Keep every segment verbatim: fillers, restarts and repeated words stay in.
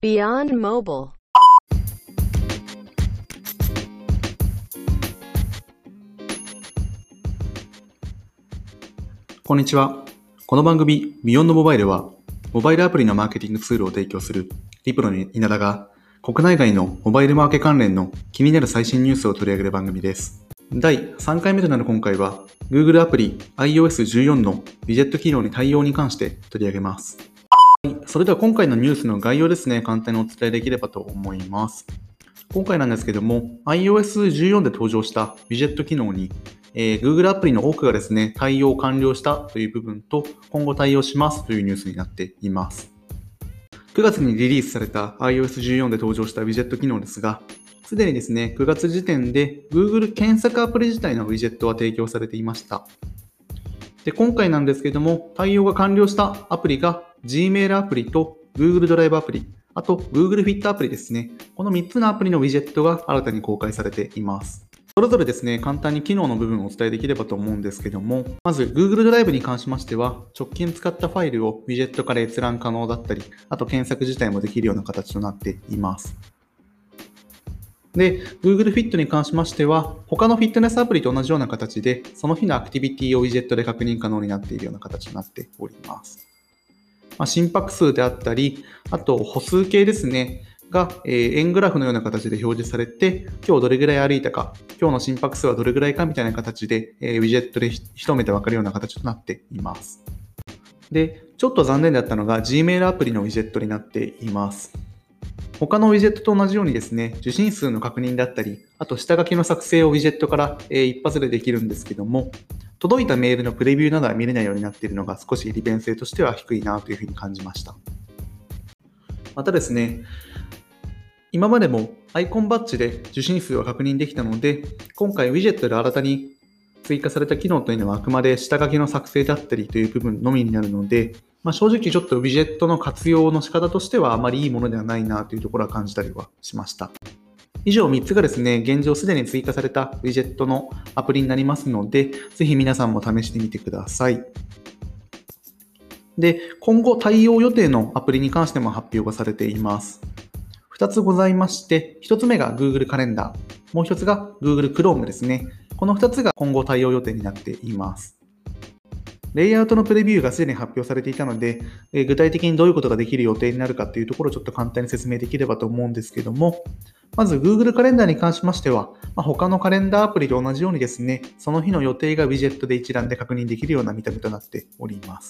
Beyond Mobile。 こんにちは。この番組 Beyond Mobile は、モバイルアプリのマーケティングツールを提供するリプロの稲田が、国内外のモバイルマーケ関連の気になる最新ニュースを取り上げる番組です。だいさんかいめとなる今回は、Google アプリ アイオーエスじゅうよん のウィジェット機能に対応に関して取り上げます。それでは今回のニュースの概要ですね、簡単にお伝えできればと思います。今回なんですけども、アイオーエスじゅうよん で登場したウィジェット機能に、えー、Google アプリの多くがですね、対応完了したという部分と、今後対応しますというニュースになっています。くがつにリリースされた アイオーエスじゅうよん で登場したウィジェット機能ですが、すでにですね、くがつ時点で Google 検索アプリ自体のウィジェットは提供されていました。で、今回なんですけども、対応が完了したアプリが Gmail アプリと Google ドライブアプリ、あと Google Fit アプリですね。このみっつのアプリのウィジェットが新たに公開されています。それぞれですね、簡単に機能の部分をお伝えできればと思うんですけども、まず Google ドライブに関しましては、直近使ったファイルをウィジェットから閲覧可能だったり、あと検索自体もできるような形となっています。で、Google Fit に関しましては、他のフィットネスアプリと同じような形で、その日のアクティビティをウィジェットで確認可能になっているような形となっております。まあ、心拍数であったり、あと歩数計ですね。が、えー、円グラフのような形で表示されて、今日どれぐらい歩いたか、今日の心拍数はどれぐらいかみたいな形で、えー、ウィジェットで一目でわかるような形となっています。で、ちょっと残念だったのが Gmail アプリのウィジェットになっています。他のウィジェットと同じようにですね、受信数の確認だったり、あと下書きの作成をウィジェットから、えー、一発でできるんですけども、届いたメールのプレビューなどは見れないようになっているのが少し利便性としては低いなというふうに感じました。またですね、今までもアイコンバッジで受信数を確認できたので、今回ウィジェットで新たに追加された機能というのはあくまで下書きの作成だったりという部分のみになるので、まあ、正直ちょっとウィジェットの活用の仕方としてはあまりいいものではないなというところは感じたりはしました。以上みっつがですね、現状すでに追加されたウィジェットのアプリになりますので、ぜひ皆さんも試してみてください。で、今後対応予定のアプリに関しても発表がされています。ふたつございまして、ひとつめが Google カレンダー、もうひとつが Google Chrome ですね。このふたつが今後対応予定になっています。レイアウトのプレビューがすでに発表されていたので、え具体的にどういうことができる予定になるかというところをちょっと簡単に説明できればと思うんですけども、まず Google カレンダーに関しましては、まあ、他のカレンダーアプリと同じようにですね、その日の予定がウィジェットで一覧で確認できるような見た目となっております。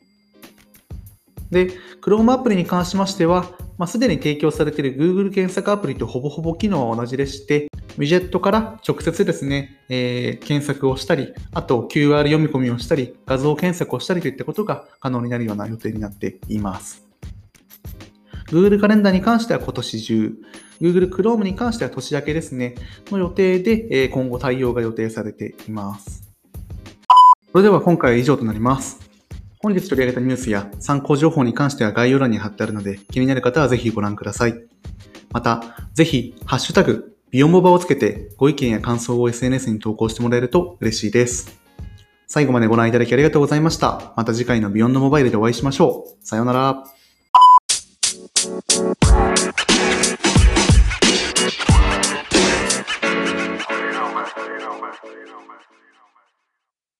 で、Chrome アプリに関しましては、まあ、すでに提供されている Google 検索アプリとほぼほぼ機能は同じでして、ウィジェットから直接ですね、えー、検索をしたり、あと キューアール 読み込みをしたり、画像検索をしたりといったことが可能になるような予定になっています。Google カレンダーに関しては今年中、Google Chrome に関しては年明けですね、の予定で、えー、今後対応が予定されています。それでは今回は以上となります。本日取り上げたニュースや参考情報に関しては概要欄に貼ってあるので、気になる方はぜひご覧ください。また、ぜひ、ハッシュタグ、ビヨンボバをつけてご意見や感想を エスエヌエス に投稿してもらえると嬉しいです。最後までご覧いただきありがとうございました。また次回のビヨンドモバイルでお会いしましょう。さようなら。